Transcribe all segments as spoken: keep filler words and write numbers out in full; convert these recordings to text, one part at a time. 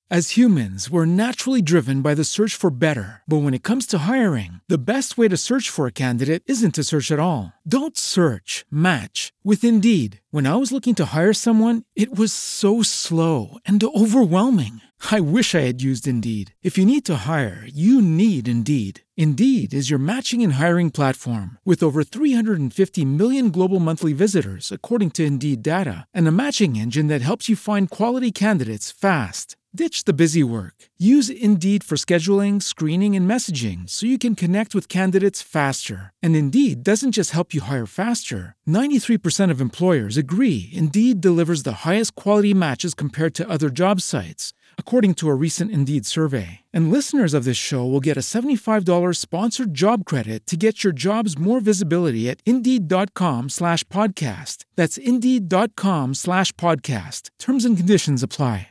As humans, we're naturally driven by the search for better. But when it comes to hiring, the best way to search for a candidate isn't to search at all. Don't search, match with Indeed. When I was looking to hire someone, it was so slow and overwhelming. I wish I had used Indeed. If you need to hire, you need Indeed. Indeed is your matching and hiring platform with over three hundred fifty million global monthly visitors, according to Indeed data, and a matching engine that helps you find quality candidates fast. Ditch the busy work. Use Indeed for scheduling, screening, and messaging so you can connect with candidates faster. And Indeed doesn't just help you hire faster. ninety-three percent of employers agree Indeed delivers the highest quality matches compared to other job sites, according to a recent Indeed survey. And listeners of this show will get a seventy-five dollars sponsored job credit to get your jobs more visibility at Indeed.com slash podcast. That's Indeed.com slash podcast. Terms and conditions apply.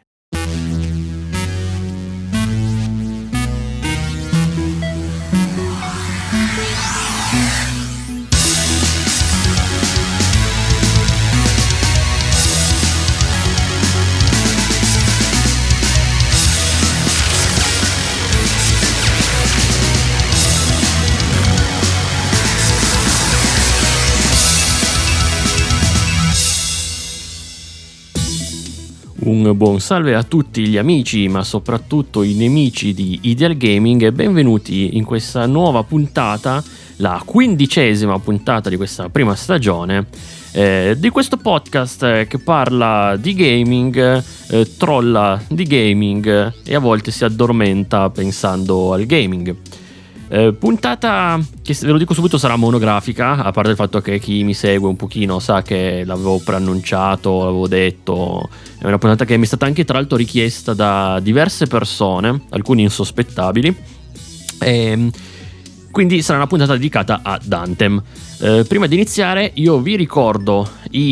Un buon salve a tutti gli amici, ma soprattutto i nemici di Ideal Gaming, e benvenuti in questa nuova puntata, la quindicesima puntata di questa prima stagione eh, di questo podcast che parla di gaming, eh, trolla di gaming e a volte si addormenta pensando al gaming. Eh, puntata che, ve lo dico subito, sarà monografica, a parte il fatto che chi mi segue un pochino sa che l'avevo preannunciato, l'avevo detto. È una puntata che mi è stata anche tra l'altro richiesta da diverse persone, alcuni insospettabili, e quindi sarà una puntata dedicata ad Anthem. Eh, prima di iniziare io vi ricordo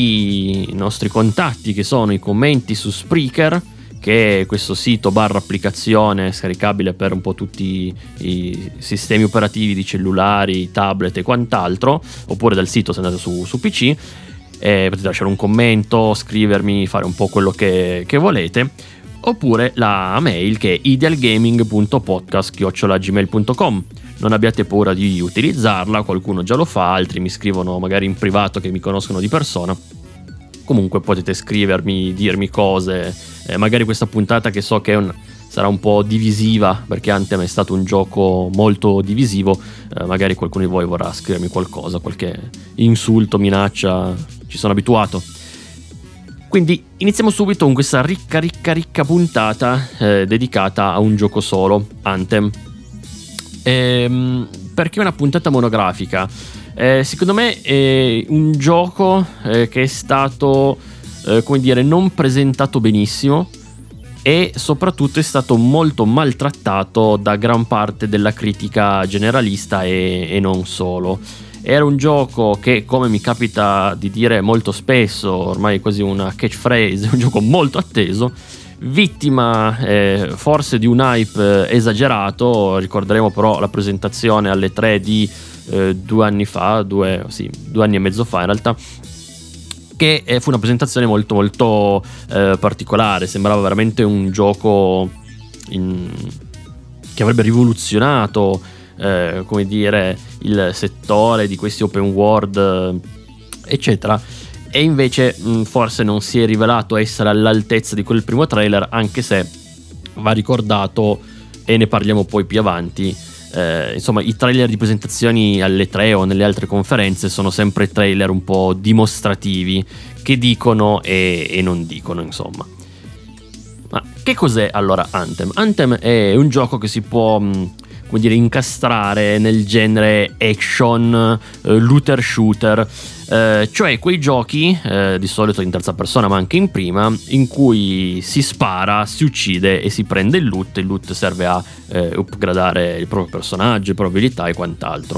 i nostri contatti, che sono i commenti su Spreaker, che è questo sito barra applicazione scaricabile per un po' tutti i sistemi operativi di cellulari, tablet e quant'altro, oppure dal sito se andate su, su P C. Eh, potete lasciare un commento, scrivermi, fare un po' quello che, che volete, oppure la mail che è idealgaming punto podcast chiocciola gmail punto com. Non abbiate paura di utilizzarla, qualcuno già lo fa, altri mi scrivono magari in privato che mi conoscono di persona. Comunque potete scrivermi, dirmi cose, eh, magari questa puntata che so che è un, sarà un po' divisiva, perché Anthem è stato un gioco molto divisivo, eh, magari qualcuno di voi vorrà scrivermi qualcosa, qualche insulto, minaccia, ci sono abituato. Quindi iniziamo subito con questa ricca ricca ricca puntata eh, dedicata a un gioco solo, Anthem. Ehm, perché è una puntata monografica? Eh, secondo me è un gioco eh, che è stato, eh, come dire, non presentato benissimo, e soprattutto è stato molto maltrattato da gran parte della critica generalista e, e non solo. Era un gioco che, come mi capita di dire molto spesso, ormai quasi una catchphrase, un gioco molto atteso, vittima eh, forse di un hype eh, esagerato. Ricorderemo però la presentazione alle tre di eh, due anni fa, due, sì, due anni e mezzo fa in realtà, che eh, fu una presentazione molto molto eh, particolare. Sembrava veramente un gioco in... che avrebbe rivoluzionato eh, come dire il settore di questi open world eccetera, e invece mh, forse non si è rivelato essere all'altezza di quel primo trailer, anche se va ricordato, e ne parliamo poi più avanti, eh, insomma i trailer di presentazioni alle tre o nelle altre conferenze sono sempre trailer un po' dimostrativi, che dicono e, e non dicono, insomma. Ma che cos'è allora Anthem? Anthem è un gioco che si può mh, come dire incastrare nel genere action, eh, looter shooter, eh, cioè quei giochi eh, di solito in terza persona ma anche in prima, in cui si spara, si uccide e si prende il loot. Il loot serve a eh, upgradare il proprio personaggio, le proprie abilità e quant'altro.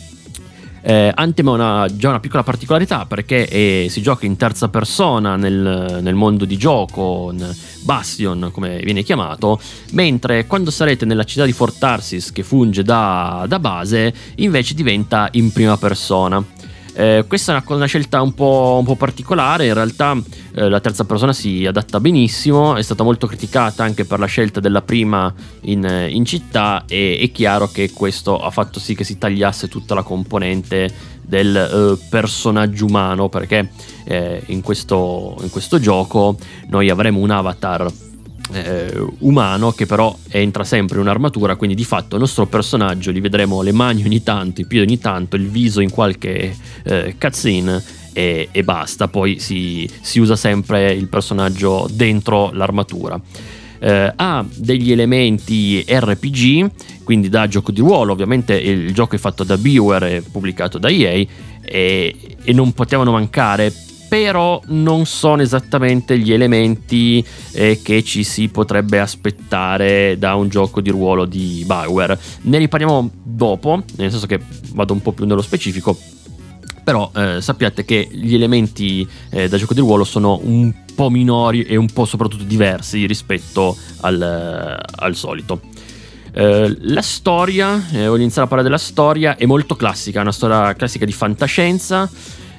Eh, Anthem ha una, già una piccola particolarità, perché è, si gioca in terza persona nel, nel mondo di gioco, Bastion come viene chiamato, mentre quando sarete nella città di Fort Tarsis, che funge da, da base, invece diventa in prima persona. Eh, questa è una, una scelta un po', un po' particolare, in realtà eh, la terza persona si adatta benissimo, è stata molto criticata anche per la scelta della prima in, in città, e è chiaro che questo ha fatto sì che si tagliasse tutta la componente del eh, personaggio umano, perché eh, in, questo, in questo gioco noi avremo un avatar Eh, umano che però entra sempre in un'armatura, quindi di fatto il nostro personaggio gli vedremo le mani ogni tanto, i piedi ogni tanto, il viso in qualche eh, cutscene e, e basta, poi si, si usa sempre il personaggio dentro l'armatura. Eh, ha degli elementi R P G, quindi da gioco di ruolo, ovviamente il gioco è fatto da BioWare e pubblicato da E A, e, e non potevano mancare, però non sono esattamente gli elementi eh, che ci si potrebbe aspettare da un gioco di ruolo di BioWare. Ne riparliamo dopo, nel senso che vado un po' più nello specifico, però eh, sappiate che gli elementi eh, da gioco di ruolo sono un po' minori e un po' soprattutto diversi rispetto al, al solito. Eh, la storia, eh, voglio iniziare a parlare della storia, è molto classica, è una storia classica di fantascienza.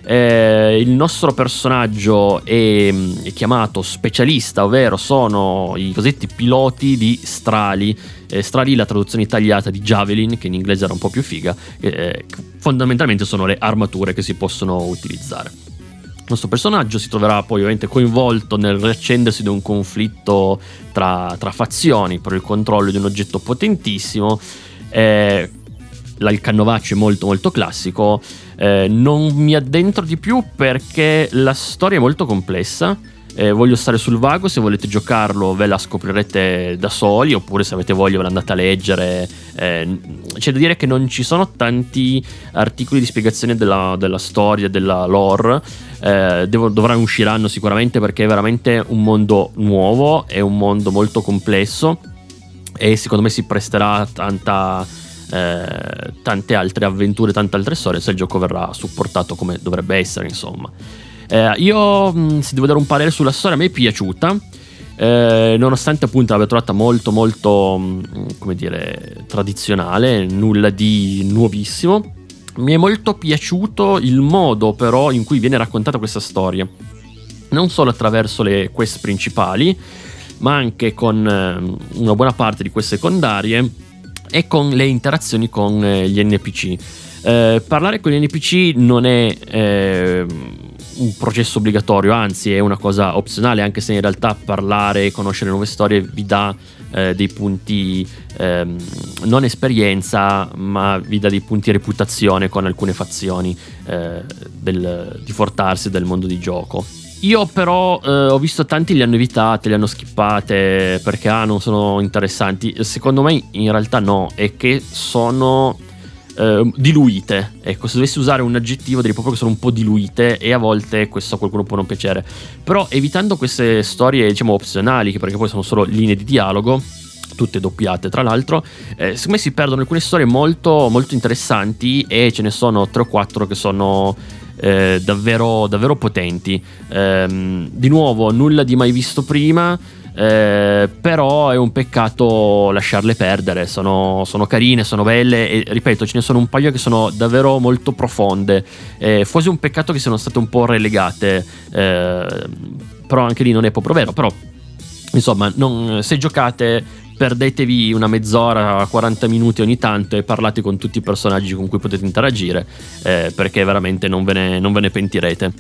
Eh, il nostro personaggio è, è chiamato specialista, ovvero sono i cosiddetti piloti di strali. Eh, strali, la traduzione italiana di Javelin, che in inglese era un po' più figa, eh, fondamentalmente sono le armature che si possono utilizzare. Il nostro personaggio si troverà poi ovviamente coinvolto nel riaccendersi di un conflitto tra, tra fazioni per il controllo di un oggetto potentissimo. Eh, il canovaccio è molto molto classico. Eh, non mi addentro di più perché la storia è molto complessa. Eh, voglio stare sul vago, se volete giocarlo ve la scoprirete da soli, oppure se avete voglia ve l'andate a leggere. Eh, c'è da dire che non ci sono tanti articoli di spiegazione della, della storia, della lore. Eh, devo, dovranno usciranno sicuramente, perché è veramente un mondo nuovo, è un mondo molto complesso e secondo me si presterà a tanta Eh, tante altre avventure, tante altre storie, se il gioco verrà supportato come dovrebbe essere, insomma. Eh, io mh, se devo dare un parere sulla storia, a me è piaciuta, eh, nonostante appunto l'abbia trovata molto molto mh, come dire, tradizionale, nulla di nuovissimo. Mi è molto piaciuto il modo però in cui viene raccontata questa storia, non solo attraverso le quest principali, ma anche con eh, una buona parte di queste secondarie e con le interazioni con eh, gli N P C. Eh, parlare con gli N P C non è eh, un processo obbligatorio, anzi è una cosa opzionale, anche se in realtà parlare e conoscere nuove storie vi dà eh, dei punti, ehm, non esperienza, ma vi dà dei punti reputazione con alcune fazioni eh, del, di Fortarsi del mondo di gioco. Io però eh, ho visto tanti li hanno evitate, li hanno skippate perché ah, non sono interessanti. Secondo me in realtà no, è che sono eh, diluite. Ecco, se dovessi usare un aggettivo direi proprio che sono un po' diluite, e a volte questo a qualcuno può non piacere. Però evitando queste storie, diciamo, opzionali, che perché poi sono solo linee di dialogo, tutte doppiate tra l'altro, eh, secondo me si perdono alcune storie molto, molto interessanti, e ce ne sono tre o quattro che sono Eh, davvero, davvero potenti. Eh, di nuovo, nulla di mai visto prima, eh, però è un peccato lasciarle perdere. Sono, sono carine, sono belle, e ripeto, ce ne sono un paio che sono davvero molto profonde. Eh, forse un peccato che siano state un po' relegate, eh, però anche lì non è proprio vero. Però insomma, non, se giocate, perdetevi una mezz'ora, quaranta minuti ogni tanto e parlate con tutti i personaggi con cui potete interagire, eh, perché veramente non ve ne, non ve ne pentirete.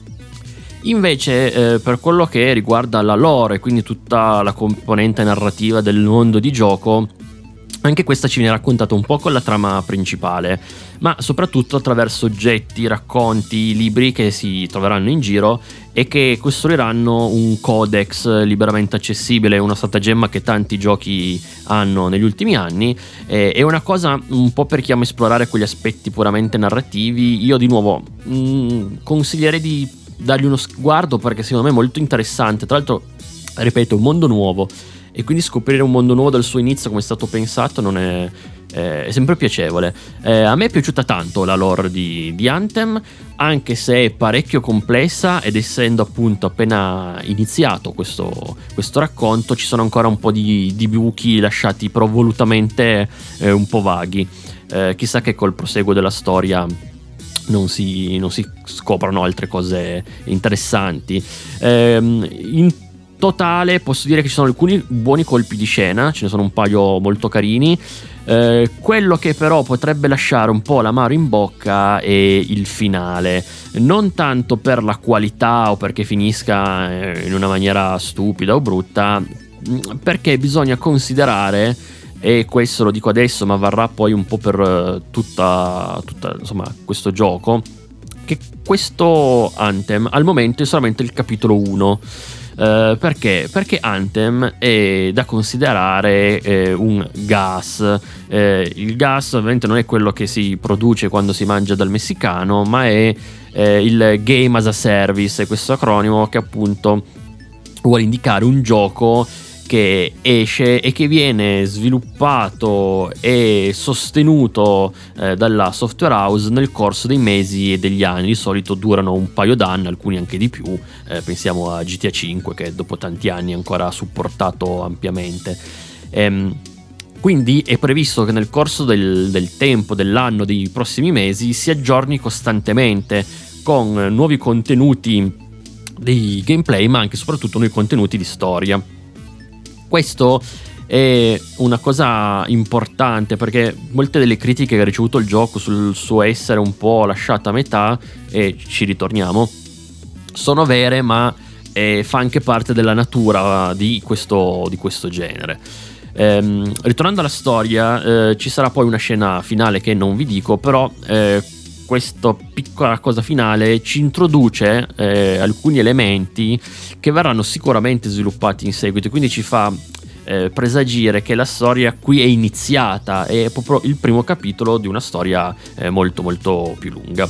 Invece eh, per quello che riguarda la lore, quindi tutta la componente narrativa del mondo di gioco, anche questa ci viene raccontata un po' con la trama principale, ma soprattutto attraverso oggetti, racconti, libri che si troveranno in giro e che costruiranno un codex liberamente accessibile, una stratagemma che tanti giochi hanno negli ultimi anni. Eh, è una cosa un po' per chi ama esplorare quegli aspetti puramente narrativi. Io di nuovo mh, consiglierei di dargli uno sguardo, perché secondo me è molto interessante. Tra l'altro, ripeto, è un mondo nuovo, e quindi scoprire un mondo nuovo dal suo inizio come è stato pensato non è, eh, è sempre piacevole. Eh, a me è piaciuta tanto la lore di, di Anthem, anche se è parecchio complessa, ed essendo appunto appena iniziato questo, questo racconto ci sono ancora un po' di, di buchi lasciati però volutamente eh, un po' vaghi. Eh, chissà che col proseguo della storia non si, non si scoprono altre cose interessanti. Ehm, in totale posso dire che ci sono alcuni buoni colpi di scena, ce ne sono un paio molto carini. Eh, quello che però potrebbe lasciare un po' l'amaro in bocca è il finale, non tanto per la qualità o perché finisca in una maniera stupida o brutta, perché bisogna considerare, e questo lo dico adesso ma varrà poi un po' per tutta, tutta insomma questo gioco, che questo Anthem al momento è solamente il capitolo uno. Uh, perché? Perché Anthem è da considerare eh, un gas. Eh, il gas ovviamente non è quello che si produce quando si mangia dal messicano, ma è eh, il Game as a Service, questo acronimo che appunto vuole indicare un gioco che esce e che viene sviluppato e sostenuto eh, dalla software house nel corso dei mesi e degli anni. Di solito durano un paio d'anni, alcuni anche di più. Eh, pensiamo a G T A cinque, che dopo tanti anni è ancora supportato ampiamente. Ehm, quindi è previsto che nel corso del, del tempo, dell'anno, dei prossimi mesi, si aggiorni costantemente con nuovi contenuti di gameplay, ma anche e soprattutto nuovi contenuti di storia. Questo è una cosa importante, perché molte delle critiche che ha ricevuto il gioco sul suo essere un po' lasciato a metà, e ci ritorniamo, sono vere, ma eh, fa anche parte della natura di questo, di questo genere. Ehm, ritornando alla storia, eh, ci sarà poi una scena finale che non vi dico, però eh, questa piccola cosa finale ci introduce eh, alcuni elementi che verranno sicuramente sviluppati in seguito, quindi ci fa eh, presagire che la storia qui è iniziata, è proprio il primo capitolo di una storia eh, molto molto più lunga.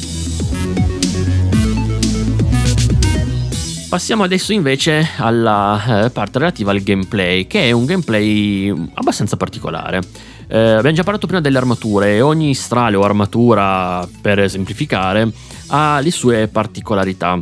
Passiamo adesso invece alla eh, parte relativa al gameplay, che è un gameplay abbastanza particolare. Eh, abbiamo già parlato prima delle armature, e ogni strale o armatura, per semplificare, ha le sue particolarità,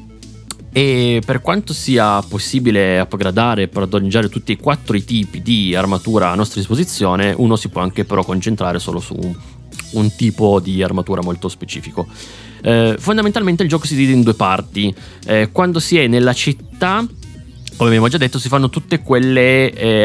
e per quanto sia possibile upgradare e padroneggiare tutti e quattro i tipi di armatura a nostra disposizione, uno si può anche però concentrare solo su un, un tipo di armatura molto specifico. Eh, fondamentalmente il gioco si divide in due parti. Eh, quando si è nella città, come abbiamo già detto, si fanno tutte quelle eh,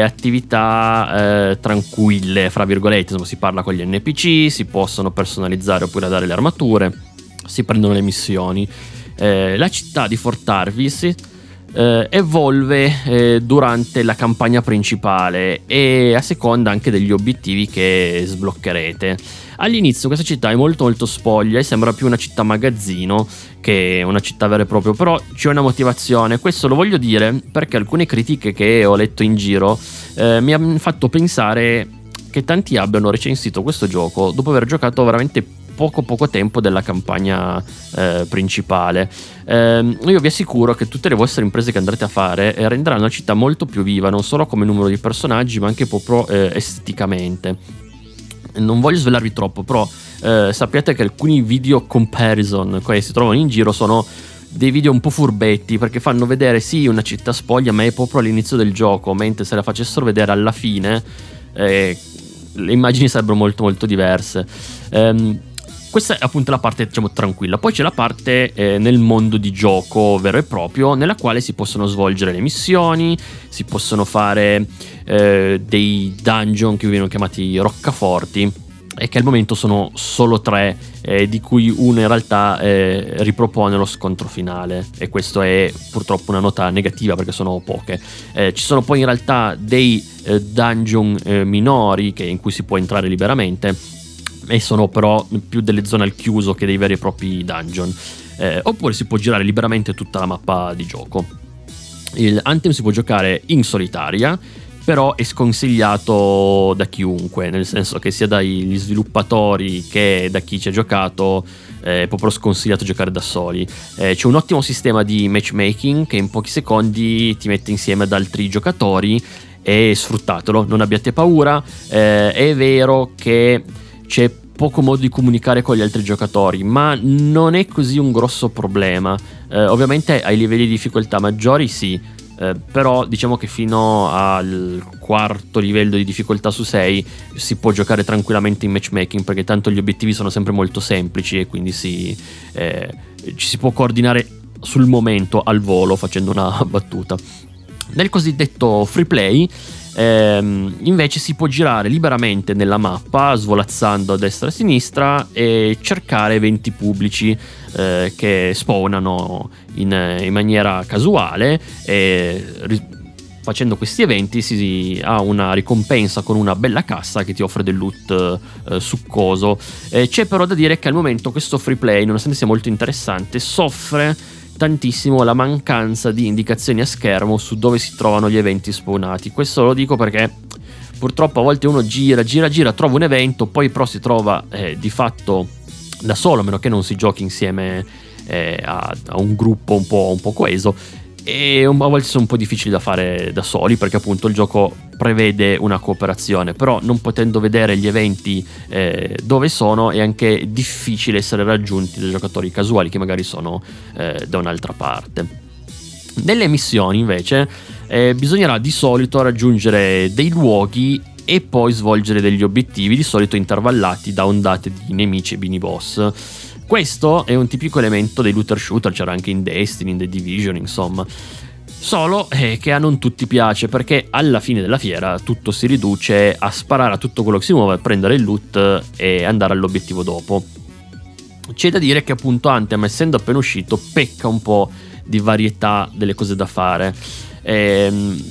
attività eh, tranquille, fra virgolette. Insomma, si parla con gli N P C, si possono personalizzare oppure dare le armature, si prendono le missioni. Eh, la città di Fort Jarvis eh, evolve eh, durante la campagna principale e a seconda anche degli obiettivi che sbloccherete. All'inizio questa città è molto molto spoglia e sembra più una città magazzino che una città vera e propria, però c'è una motivazione. Questo lo voglio dire perché alcune critiche che ho letto in giro eh, mi hanno fatto pensare che tanti abbiano recensito questo gioco dopo aver giocato veramente poco poco tempo della campagna eh, principale. Eh, io vi assicuro che tutte le vostre imprese che andrete a fare eh, renderanno la città molto più viva, non solo come numero di personaggi ma anche proprio eh, esteticamente. Non voglio svelarvi troppo, però eh, sappiate che alcuni video comparison che si trovano in giro sono dei video un po' furbetti, perché fanno vedere sì una città spoglia, ma è proprio all'inizio del gioco, mentre se la facessero vedere alla fine eh, le immagini sarebbero molto molto diverse. Um, Questa è appunto la parte, diciamo, tranquilla. Poi c'è la parte eh, nel mondo di gioco vero e proprio, nella quale si possono svolgere le missioni, si possono fare eh, dei dungeon che vengono chiamati roccaforti, e che al momento sono solo tre, eh, di cui uno in realtà eh, ripropone lo scontro finale, e questo è purtroppo una nota negativa perché sono poche. Eh, ci sono poi in realtà dei eh, dungeon eh, minori che, in cui si può entrare liberamente, e sono però più delle zone al chiuso che dei veri e propri dungeon. Eh, oppure si può girare liberamente tutta la mappa di gioco. Il Anthem si può giocare in solitaria, però è sconsigliato da chiunque, nel senso che sia dagli sviluppatori che da chi ci ha giocato è proprio sconsigliato giocare da soli. Eh, c'è un ottimo sistema di matchmaking che in pochi secondi ti mette insieme ad altri giocatori, e sfruttatelo, non abbiate paura. Eh, è vero che c'è poco modo di comunicare con gli altri giocatori, ma non è così un grosso problema. Eh, ovviamente ai livelli di difficoltà maggiori sì, eh, però diciamo che fino al quarto livello di difficoltà su sei si può giocare tranquillamente in matchmaking, perché tanto gli obiettivi sono sempre molto semplici e quindi si, eh, ci si può coordinare sul momento al volo facendo una battuta. Nel cosiddetto free play ehm, invece si può girare liberamente nella mappa svolazzando a destra e a sinistra e cercare eventi pubblici eh, che spawnano in, in maniera casuale, e ri- facendo questi eventi si ha una ricompensa con una bella cassa che ti offre del loot eh, succoso. Eh, c'è però da dire che al momento questo free play, nonostante sia molto interessante, soffre tantissimo la mancanza di indicazioni a schermo su dove si trovano gli eventi spawnati. Questo lo dico perché purtroppo a volte uno gira, gira, gira, trova un evento, poi però si trova eh, di fatto da solo, a meno che non si giochi insieme eh, a, a un gruppo un po', un po' coeso, e a volte sono un po' difficili da fare da soli, perché appunto il gioco prevede una cooperazione, però non potendo vedere gli eventi eh, dove sono è anche difficile essere raggiunti dai giocatori casuali che magari sono eh, da un'altra parte. Nelle missioni invece eh, bisognerà di solito raggiungere dei luoghi e poi svolgere degli obiettivi, di solito intervallati da ondate di nemici e mini boss. Questo è un tipico elemento dei looter shooter, c'era anche in Destiny, in The Division, insomma. Solo eh, che a non tutti piace, perché alla fine della fiera tutto si riduce a sparare a tutto quello che si muove, prendere il loot e andare all'obiettivo dopo. C'è da dire che appunto Anthem, essendo appena uscito, pecca un po' di varietà delle cose da fare. Ehm,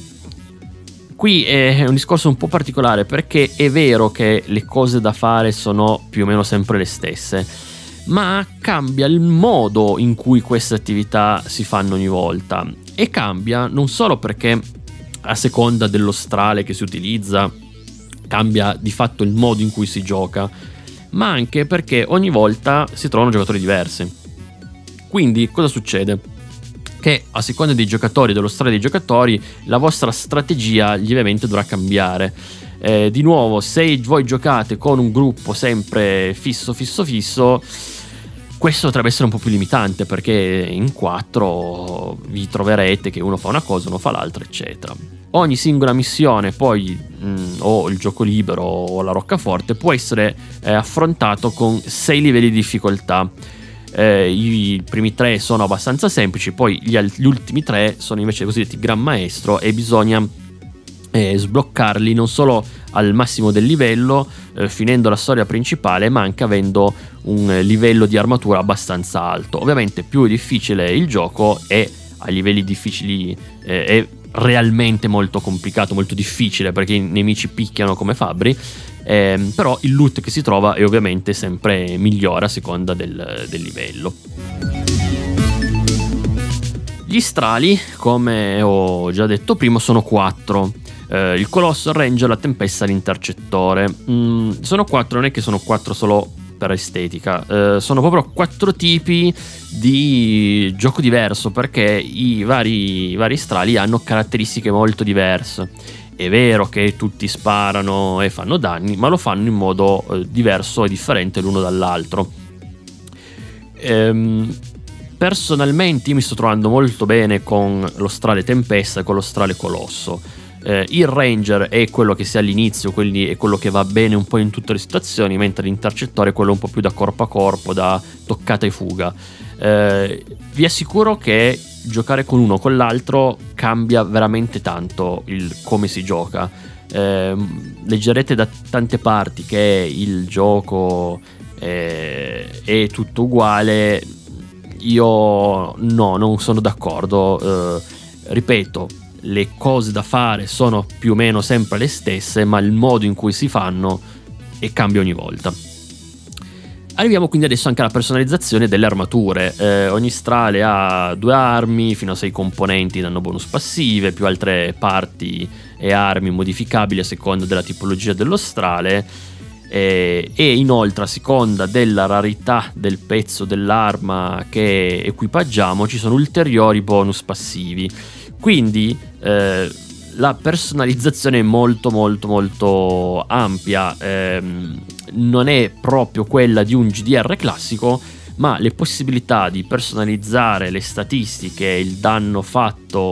qui è un discorso un po' particolare, perché è vero che le cose da fare sono più o meno sempre le stesse, ma cambia il modo in cui queste attività si fanno ogni volta, e cambia non solo perché a seconda dello strale che si utilizza cambia di fatto il modo in cui si gioca, ma anche perché ogni volta si trovano giocatori diversi. Quindi cosa succede? Che a seconda dei giocatori, dello strale dei giocatori, la vostra strategia lievemente dovrà cambiare. Eh, di nuovo, se voi giocate con un gruppo sempre fisso fisso fisso, questo potrebbe essere un po' più limitante, perché in quattro vi troverete che uno fa una cosa, uno fa l'altra, eccetera. Ogni singola missione poi mh, o il gioco libero o la roccaforte può essere eh, affrontato con sei livelli di difficoltà. Eh, i primi tre sono abbastanza semplici, poi gli, gli ultimi tre sono invece cosiddetti gran maestro, e bisogna eh, sbloccarli non solo al massimo del livello eh, finendo la storia principale, ma anche avendo un eh, livello di armatura abbastanza alto. Ovviamente più è difficile il gioco e a livelli difficili eh, è realmente molto complicato, molto difficile, perché i nemici picchiano come fabbri. Eh, però il loot che si trova è ovviamente sempre migliore a seconda del, del livello. Gli strali, come ho già detto prima, sono quattro. Eh, il colosso, il ranger, la tempesta e l'intercettore. Mm, sono quattro, non è che sono quattro solo per estetica, eh, sono proprio quattro tipi di gioco diverso, perché i vari, i vari strali hanno caratteristiche molto diverse. È vero che tutti sparano e fanno danni, ma lo fanno in modo eh, diverso e differente l'uno dall'altro. Ehm, personalmente io mi sto trovando molto bene con lo strale tempesta e con lo strale colosso. Eh, il ranger è quello che si ha all'inizio, quindi è quello che va bene un po' in tutte le situazioni, mentre l'intercettore è quello un po' più da corpo a corpo, da toccata e fuga. Eh, vi assicuro che giocare con uno o con l'altro cambia veramente tanto il come si gioca. Eh, leggerete da tante parti che il gioco eh, è tutto uguale. Io no, non sono d'accordo. Eh, ripeto, le cose da fare sono più o meno sempre le stesse, ma il modo in cui si fanno e cambia ogni volta. Arriviamo quindi adesso anche alla personalizzazione delle armature. Eh, ogni strale ha due armi, fino a sei componenti danno bonus passive, più altre parti e armi modificabili a seconda della tipologia dello strale, eh, e inoltre a seconda della rarità del pezzo dell'arma che equipaggiamo ci sono ulteriori bonus passivi. Quindi eh, la personalizzazione è molto molto molto ampia, ehm, non è proprio quella di un G D R classico, ma le possibilità di personalizzare le statistiche, il danno fatto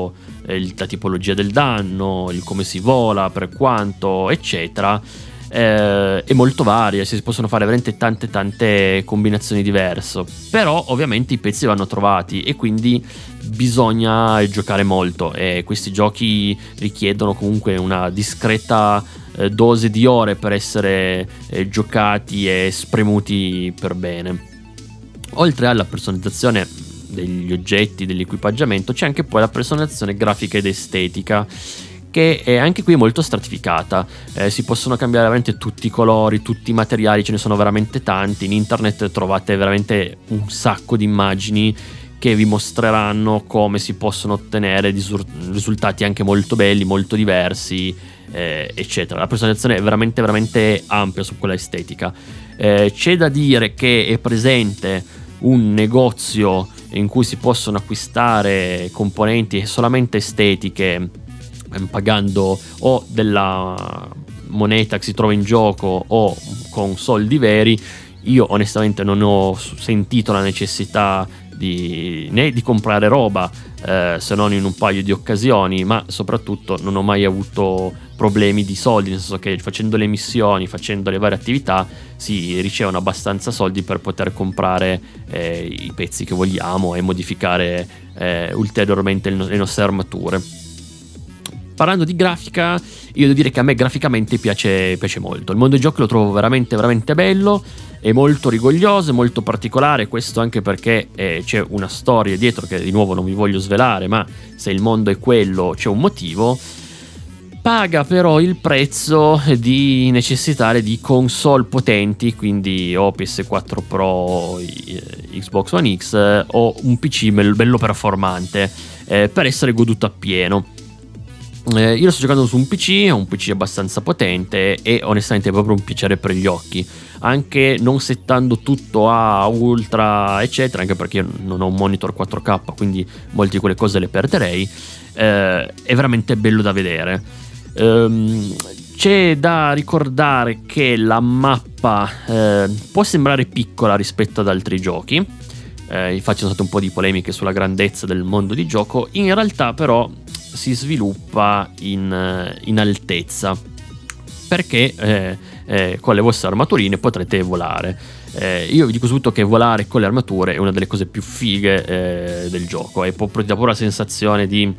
eh, il, la tipologia del danno, il come si vola, per quanto, eccetera. Eh, è molto varia, si possono fare veramente tante tante combinazioni diverse, però ovviamente i pezzi vanno trovati e quindi bisogna giocare molto, e questi giochi richiedono comunque una discreta eh, dose di ore per essere eh, giocati e spremuti per bene. Oltre alla personalizzazione degli oggetti, dell'equipaggiamento, c'è anche poi la personalizzazione grafica ed estetica, che è anche qui molto stratificata. Eh, si possono cambiare veramente tutti i colori, tutti i materiali, ce ne sono veramente tanti. In internet trovate veramente un sacco di immagini che vi mostreranno come si possono ottenere disur- risultati anche molto belli, molto diversi, eh, eccetera. La personalizzazione è veramente veramente ampia su quella estetica. Eh, c'è da dire che è presente un negozio in cui si possono acquistare componenti solamente estetiche, pagando o della moneta che si trova in gioco o con soldi veri. Io onestamente non ho sentito la necessità di, né di comprare roba, eh, se non in un paio di occasioni, ma soprattutto non ho mai avuto problemi di soldi, nel senso che facendo le missioni, facendo le varie attività, si ricevono abbastanza soldi per poter comprare eh, i pezzi che vogliamo e modificare eh, ulteriormente le nostre armature. Parlando di grafica, io devo dire che a me graficamente piace, piace molto. Il mondo di giochi lo trovo veramente veramente bello, è molto rigoglioso, è molto particolare, questo anche perché eh, c'è una storia dietro che di nuovo non vi voglio svelare, ma se il mondo è quello c'è un motivo. Paga però il prezzo di necessitare di console potenti, quindi o P S quattro Pro, Xbox One X o un P C bello performante eh, per essere goduto appieno. Eh, io lo sto giocando su un P C, è un P C abbastanza potente e onestamente è proprio un piacere per gli occhi, anche non settando tutto a ultra eccetera, anche perché io non ho un monitor quattro K, quindi molte di quelle cose le perderei. Eh, è veramente bello da vedere. Um, c'è da ricordare che la mappa eh, può sembrare piccola rispetto ad altri giochi, eh, infatti sono state un po' di polemiche sulla grandezza del mondo di gioco. In realtà però si sviluppa in, in altezza, perché eh, eh, con le vostre armaturine potrete volare. Eh, io vi dico subito che volare con le armature è una delle cose più fighe eh, del gioco, e proprio dà pure la sensazione di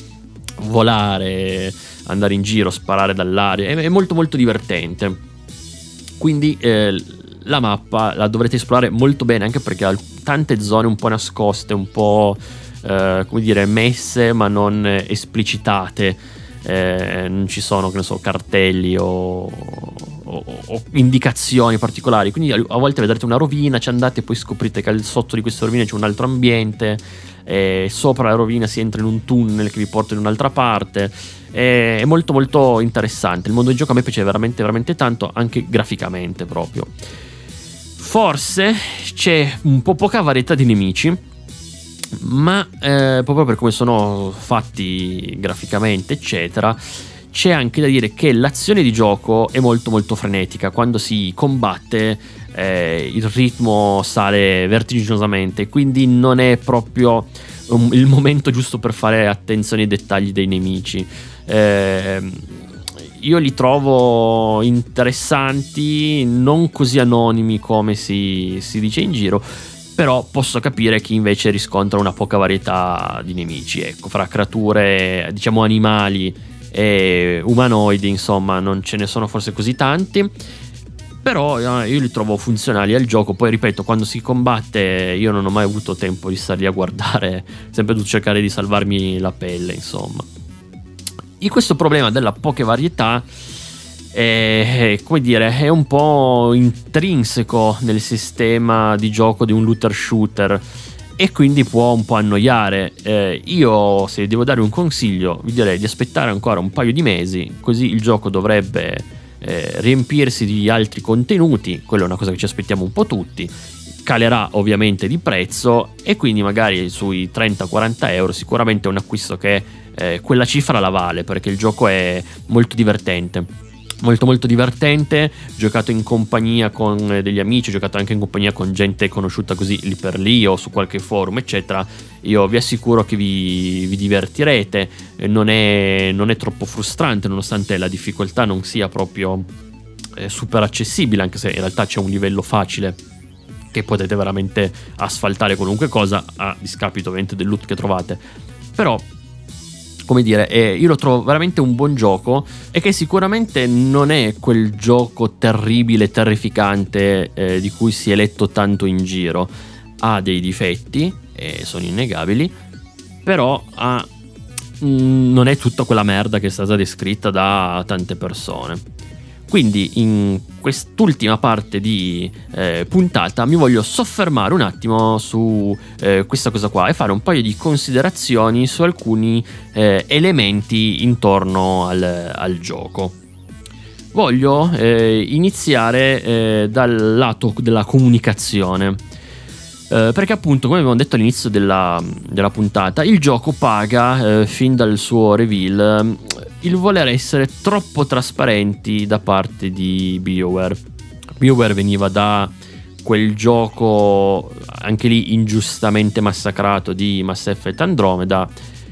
volare, andare in giro, sparare dall'aria, è, è molto molto divertente. Quindi eh, la mappa la dovrete esplorare molto bene, anche perché ha tante zone un po' nascoste, un po' Uh, come dire, messe ma non esplicitate, eh, non ci sono, che ne so, cartelli o, o, o indicazioni particolari, quindi a volte vedrete una rovina, ci andate e poi scoprite che al sotto di questa rovina c'è un altro ambiente, e sopra la rovina si entra in un tunnel che vi porta in un'altra parte. È, è molto molto interessante. Il mondo di gioco a me piace veramente veramente tanto, anche graficamente proprio. Forse c'è un po' poca varietà di nemici, ma eh, proprio per come sono fatti graficamente eccetera, c'è anche da dire che l'azione di gioco è molto molto frenetica. Quando si combatte eh, il ritmo sale vertiginosamente, quindi non è proprio um, il momento giusto per fare attenzione ai dettagli dei nemici. eh, io li trovo interessanti, non così anonimi come si, si dice in giro, però posso capire chi invece riscontra una poca varietà di nemici, ecco, fra creature, diciamo, animali e umanoidi, insomma, non ce ne sono forse così tanti, però eh, io li trovo funzionali al gioco. Poi ripeto, quando si combatte io non ho mai avuto tempo di starli a guardare, sempre dovuto cercare di salvarmi la pelle, insomma. In questo problema della poca varietà È, come dire, è un po' intrinseco nel sistema di gioco di un looter shooter, e quindi può un po' annoiare. Eh, io, se devo dare un consiglio, vi direi di aspettare ancora un paio di mesi, così il gioco dovrebbe eh, riempirsi di altri contenuti. Quello è una cosa che ci aspettiamo un po' tutti. Calerà ovviamente di prezzo, e quindi magari sui trenta quaranta euro sicuramente è un acquisto che eh, quella cifra la vale, perché il gioco è molto divertente. molto molto divertente, giocato in compagnia con degli amici, giocato anche in compagnia con gente conosciuta così lì per lì o su qualche forum eccetera. Io vi assicuro che vi, vi divertirete, non è, non è troppo frustrante nonostante la difficoltà non sia proprio eh, super accessibile, anche se in realtà c'è un livello facile che potete veramente asfaltare qualunque cosa a discapito ovviamente del loot che trovate. Però come dire, eh, io lo trovo veramente un buon gioco e che sicuramente non è quel gioco terribile, terrificante eh, di cui si è letto tanto in giro. Ha dei difetti, e sono innegabili, però ha, mh, non è tutta quella merda che è stata descritta da tante persone. Quindi in quest'ultima parte di eh, puntata mi voglio soffermare un attimo su eh, questa cosa qua e fare un paio di considerazioni su alcuni eh, elementi intorno al, al gioco. Voglio eh, iniziare eh, dal lato della comunicazione. Eh, perché appunto, come abbiamo detto all'inizio della, della puntata, il gioco paga eh, fin dal suo reveal il voler essere troppo trasparenti da parte di BioWare. BioWare veniva da quel gioco anche lì ingiustamente massacrato di Mass Effect Andromeda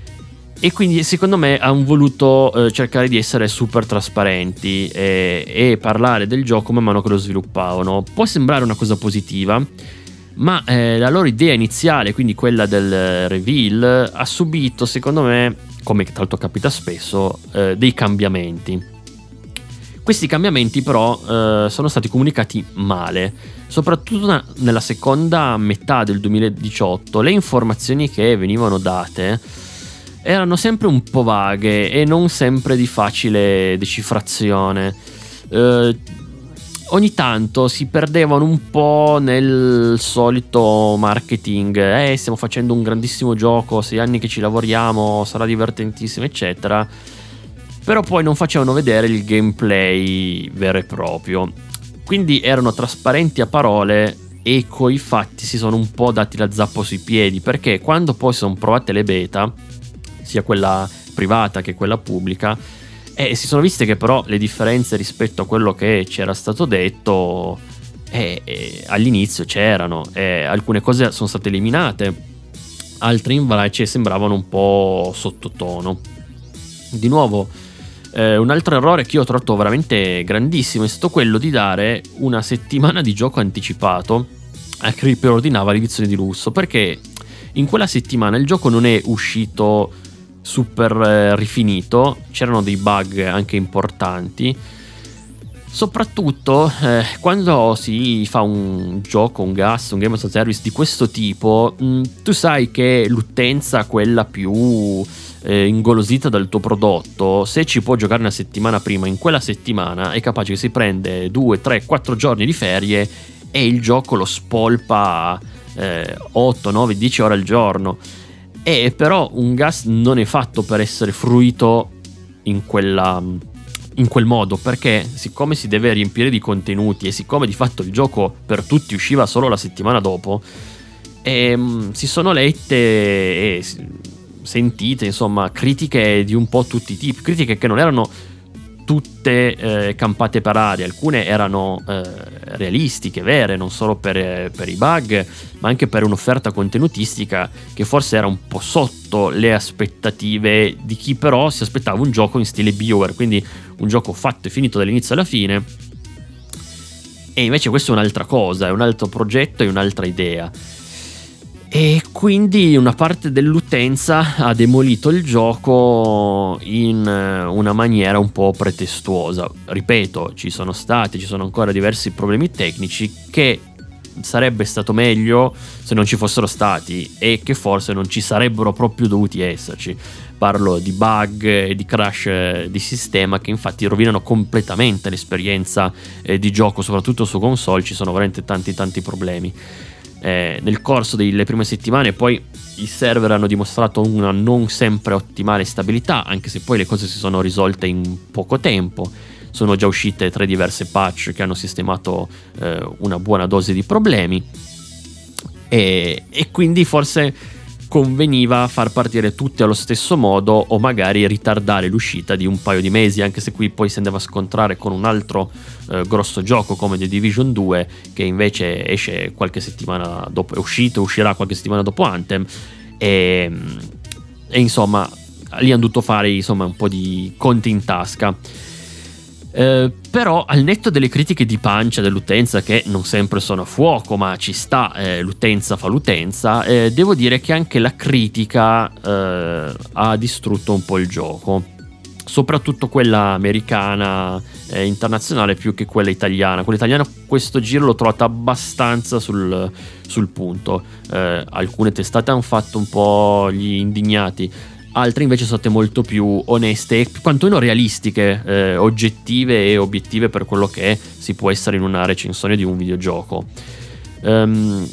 e quindi secondo me hanno voluto eh, cercare di essere super trasparenti e, e parlare del gioco man mano che lo sviluppavano. Può sembrare una cosa positiva, ma eh, la loro idea iniziale, quindi quella del reveal, ha subito secondo me, come tra l'altro capita spesso, eh, dei cambiamenti. Questi cambiamenti però eh, sono stati comunicati male, soprattutto na- nella seconda metà del duemiladiciotto. Le informazioni che venivano date erano sempre un po' vaghe e non sempre di facile decifrazione. Eh, ogni tanto si perdevano un po' nel solito marketing, eh stiamo facendo un grandissimo gioco, sei anni che ci lavoriamo, sarà divertentissimo eccetera, però poi non facevano vedere il gameplay vero e proprio. Quindi erano trasparenti a parole e coi fatti si sono un po' dati la zappa sui piedi, perché quando poi sono provate le beta, sia quella privata che quella pubblica, e si sono viste che però le differenze rispetto a quello che c'era stato detto eh, eh, all'inizio c'erano, eh, alcune cose sono state eliminate, altre invece sembravano un po' sottotono. Di nuovo eh, un altro errore che io ho trovato veramente grandissimo è stato quello di dare una settimana di gioco anticipato a chi preordinava l'edizione di lusso, perché in quella settimana il gioco non è uscito super eh, rifinito, c'erano dei bug anche importanti. Soprattutto eh, quando si fa un gioco, un gas, un game as a service di questo tipo, mh, tu sai che l'utenza, quella più eh, ingolosita dal tuo prodotto, se ci può giocare una settimana prima, in quella settimana è capace che si prende due, tre, quattro giorni di ferie e il gioco lo spolpa eh, otto, nove, dieci ore al giorno. E però un gas non è fatto per essere fruito in quella, in quel modo, perché siccome si deve riempire di contenuti e siccome di fatto il gioco per tutti usciva solo la settimana dopo, ehm, si sono lette e sentite insomma critiche di un po' tutti i tipi, critiche che non erano tutte eh, campate per aria, alcune erano eh, realistiche, vere, non solo per, per i bug, ma anche per un'offerta contenutistica che forse era un po' sotto le aspettative di chi però si aspettava un gioco in stile BioWare, quindi un gioco fatto e finito dall'inizio alla fine. E invece questo è un'altra cosa, è un altro progetto, è un'altra idea. E quindi una parte dell'utenza ha demolito il gioco in una maniera un po' pretestuosa. Ripeto, ci sono stati, ci sono ancora diversi problemi tecnici che sarebbe stato meglio se non ci fossero stati e che forse non ci sarebbero proprio dovuti esserci. Parlo di bug e di crash di sistema che infatti rovinano completamente l'esperienza eh, di gioco, soprattutto su console. Ci sono veramente tanti tanti problemi. Eh, nel corso delle prime settimane poi i server hanno dimostrato una non sempre ottimale stabilità, anche se poi le cose si sono risolte in poco tempo. Sono già uscite tre diverse patch che hanno sistemato eh, una buona dose di problemi e, e quindi forse conveniva far partire tutte allo stesso modo o magari ritardare l'uscita di un paio di mesi, anche se qui poi si andava a scontrare con un altro eh, grosso gioco come The Division due, che invece esce qualche settimana dopo, è uscito, uscirà qualche settimana dopo Anthem, e, e insomma lì hanno dovuto fare insomma un po' di conti in tasca. Eh, però al netto delle critiche di pancia dell'utenza, che non sempre sono a fuoco, ma ci sta, eh, l'utenza fa l'utenza, eh, devo dire che anche la critica eh, ha distrutto un po' il gioco, soprattutto quella americana, eh, internazionale, più che quella italiana. Quella italiana questo giro l'ho trovata abbastanza sul, sul punto. Eh, alcune testate hanno fatto un po' gli indignati, altre invece sono state molto più oneste e quantomeno realistiche, eh, oggettive e obiettive per quello che si può essere in una recensione di un videogioco. Um,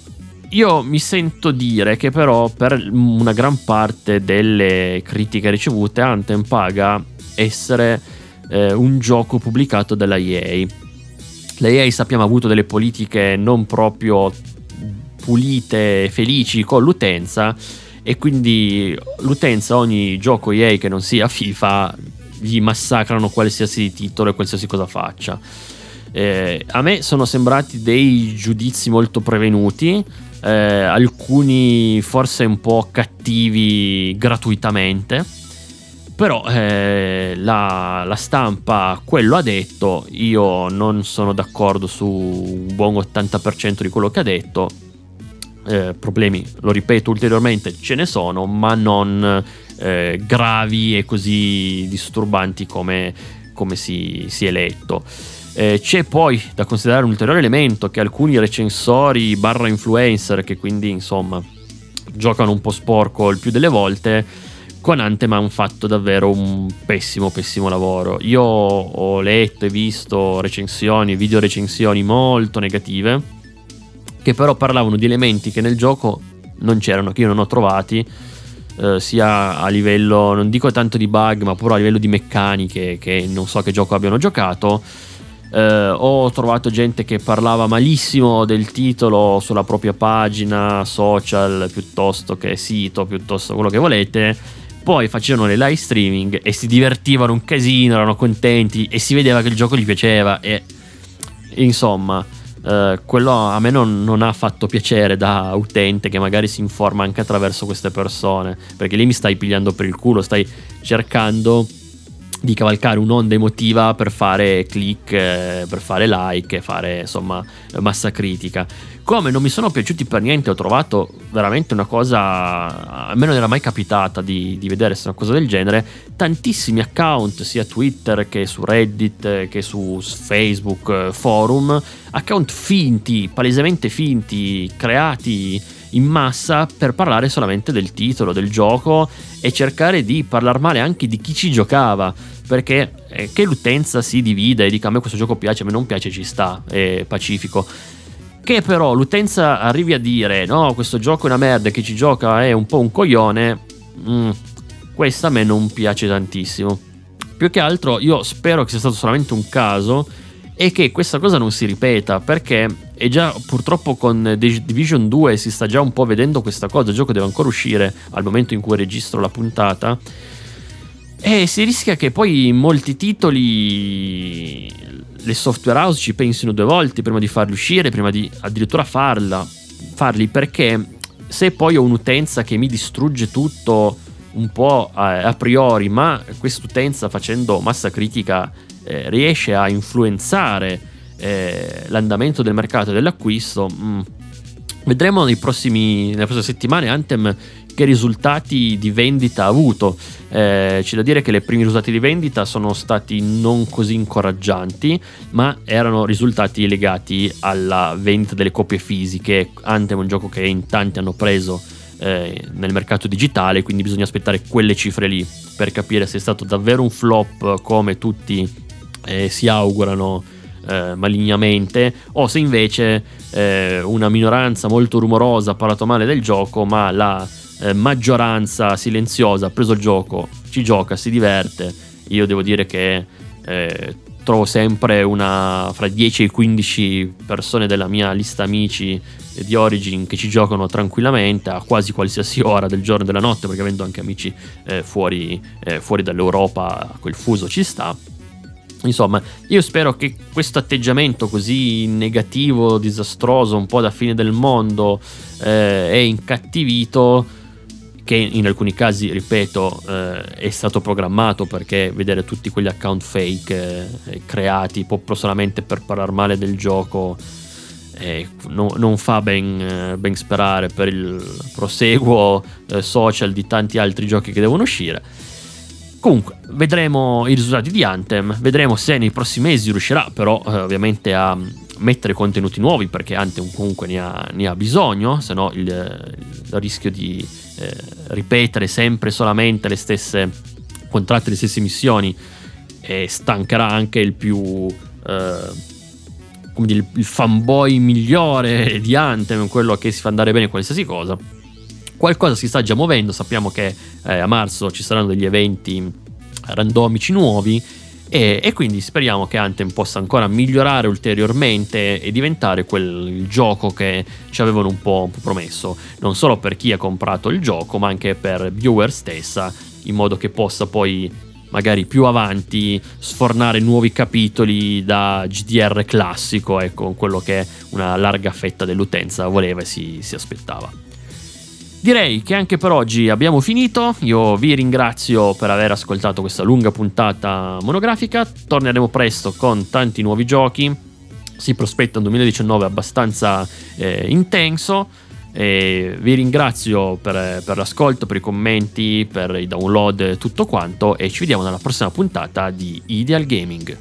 io mi sento dire che però per una gran parte delle critiche ricevute Anthem paga essere eh, un gioco pubblicato dalla E A. La E A, sappiamo, ha avuto delle politiche non proprio pulite e felici con l'utenza, e quindi l'utenza, ogni gioco E A che non sia FIFA, gli massacrano qualsiasi titolo e qualsiasi cosa faccia. Eh, a me sono sembrati dei giudizi molto prevenuti, eh, alcuni forse un po' cattivi gratuitamente, però eh, la, la stampa quello ha detto. Io non sono d'accordo su un buon ottanta per cento di quello che ha detto. Eh, problemi, lo ripeto ulteriormente, ce ne sono, ma non eh, gravi e così disturbanti come, come si, si è letto. Eh, c'è poi da considerare un ulteriore elemento, che alcuni recensori barra influencer, che quindi insomma giocano un po' sporco il più delle volte, con Anthem hanno fatto davvero un pessimo pessimo lavoro. Io ho letto e visto recensioni, video recensioni molto negative, che però parlavano di elementi che nel gioco non c'erano, che io non ho trovati, eh, sia a livello, non dico tanto di bug, ma pure a livello di meccaniche, che non so che gioco abbiano giocato. Eh, ho trovato gente che parlava malissimo del titolo sulla propria pagina social, piuttosto che sito, piuttosto quello che volete. Poi facevano le live streaming e si divertivano un casino, erano contenti e si vedeva che il gioco gli piaceva, e insomma... Uh, quello a me non, non ha fatto piacere da utente che magari si informa anche attraverso queste persone, perché lì mi stai pigliando per il culo, stai cercando di cavalcare un'onda emotiva per fare click, eh, per fare like, fare insomma massa critica. Come non mi sono piaciuti per niente, ho trovato veramente una cosa, a me non era mai capitata di, di vedere una cosa del genere, tantissimi account sia Twitter che su Reddit che su Facebook, forum, account finti, palesemente finti, creati in massa per parlare solamente del titolo, del gioco, e cercare di parlare male anche di chi ci giocava, perché eh, che l'utenza si divida e dica a me questo gioco piace, a me non piace, ci sta, è pacifico. Che però l'utenza arrivi a dire no, questo gioco è una merda, che ci gioca è un po' un coglione, mm, questa a me non piace tantissimo. Più che altro io spero che sia stato solamente un caso e che questa cosa non si ripeta, perché è già, purtroppo con The Division due si sta già un po' vedendo questa cosa. Il gioco deve ancora uscire al momento in cui registro la puntata, e si rischia che poi in molti titoli le software house ci pensino due volte prima di farli uscire, prima di addirittura farla, farli, perché se poi ho un'utenza che mi distrugge tutto un po' a, a priori, ma quest'utenza facendo massa critica eh, riesce a influenzare eh, l'andamento del mercato e dell'acquisto, mh, vedremo nei prossimi, nelle prossime settimane Anthem che risultati di vendita ha avuto. Eh, c'è da dire che le primi risultati di vendita sono stati non così incoraggianti, ma erano risultati legati alla vendita delle copie fisiche. Anthem è un gioco che in tanti hanno preso eh, nel mercato digitale, quindi bisogna aspettare quelle cifre lì per capire se è stato davvero un flop come tutti eh, si augurano eh, malignamente, o se invece eh, una minoranza molto rumorosa ha parlato male del gioco, ma la Eh, maggioranza silenziosa ha preso il gioco, ci gioca, si diverte. Io devo dire che eh, trovo sempre una fra dieci e quindici persone della mia lista amici di Origin che ci giocano tranquillamente a quasi qualsiasi ora del giorno e della notte, perché avendo anche amici eh, fuori, eh, fuori dall'Europa quel fuso ci sta. Insomma, io spero che questo atteggiamento così negativo, disastroso, un po' da fine del mondo eh, e incattivito, che in alcuni casi, ripeto, eh, è stato programmato, perché vedere tutti quegli account fake eh, creati proprio solamente per parlare male del gioco eh, no, non fa ben, eh, ben sperare per il proseguo eh, social di tanti altri giochi che devono uscire. Comunque, vedremo i risultati di Anthem, vedremo se nei prossimi mesi riuscirà però eh, ovviamente a mettere contenuti nuovi, perché Anthem comunque ne ha, ne ha bisogno, se no il, il rischio di eh, ripetere sempre solamente le stesse contratti, le stesse missioni e stancherà anche il più eh, come dire, il fanboy migliore di Anthem, quello che si fa andare bene qualsiasi cosa. Qualcosa si sta già muovendo, sappiamo che eh, a marzo ci saranno degli eventi randomici nuovi e, e quindi speriamo che Anthem possa ancora migliorare ulteriormente e diventare quel il gioco che ci avevano un po', un po' promesso, non solo per chi ha comprato il gioco ma anche per viewer stessa, in modo che possa poi magari più avanti sfornare nuovi capitoli da G D R classico, ecco, quello che una larga fetta dell'utenza voleva e si, si aspettava. Direi che anche per oggi abbiamo finito, io vi ringrazio per aver ascoltato questa lunga puntata monografica, torneremo presto con tanti nuovi giochi, si prospetta un duemiladiciannove abbastanza eh, intenso, e vi ringrazio per, per l'ascolto, per i commenti, per i download, tutto quanto, e ci vediamo nella prossima puntata di Ideal Gaming.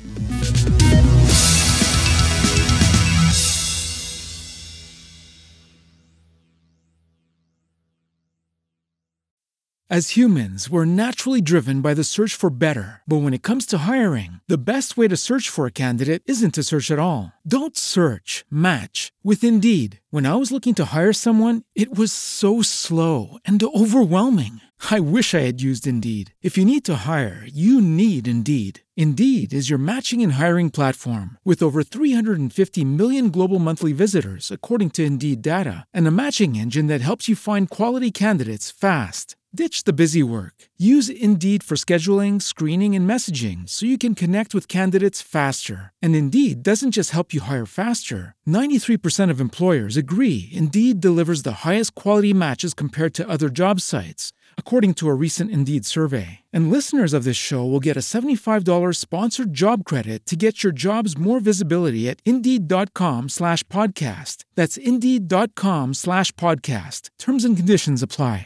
As humans, we're naturally driven by the search for better. But when it comes to hiring, the best way to search for a candidate isn't to search at all. Don't search, match with Indeed. When I was looking to hire someone, it was so slow and overwhelming. I wish I had used Indeed. If you need to hire, you need Indeed. Indeed is your matching and hiring platform with over three hundred fifty million global monthly visitors, according to Indeed data, and a matching engine that helps you find quality candidates fast. Ditch the busy work. Use Indeed for scheduling, screening, and messaging so you can connect with candidates faster. And Indeed doesn't just help you hire faster. ninety-three percent of employers agree Indeed delivers the highest quality matches compared to other job sites, according to a recent Indeed survey. And listeners of this show will get a seventy-five dollars sponsored job credit to get your jobs more visibility at Indeed.com slash podcast. That's Indeed.com slash podcast. Terms and conditions apply.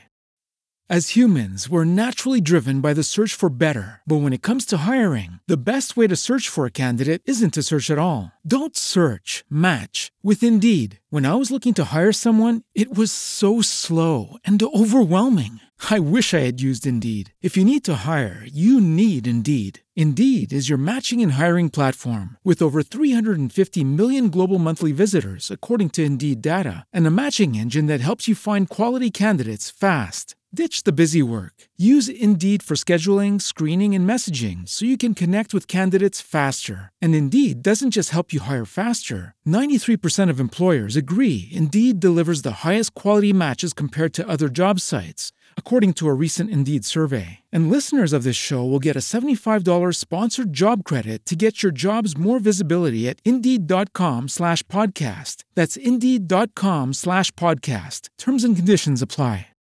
As humans, we're naturally driven by the search for better. But when it comes to hiring, the best way to search for a candidate isn't to search at all. Don't search, match with Indeed. When I was looking to hire someone, it was so slow and overwhelming. I wish I had used Indeed. If you need to hire, you need Indeed. Indeed is your matching and hiring platform with over three hundred fifty million global monthly visitors, according to Indeed data, and a matching engine that helps you find quality candidates fast. Ditch the busy work. Use Indeed for scheduling, screening, and messaging so you can connect with candidates faster. And Indeed doesn't just help you hire faster. ninety-three percent of employers agree Indeed delivers the highest quality matches compared to other job sites, according to a recent Indeed survey. And listeners of this show will get a seventy-five dollars sponsored job credit to get your jobs more visibility at Indeed.com slash podcast. That's Indeed.com slash podcast. Terms and conditions apply.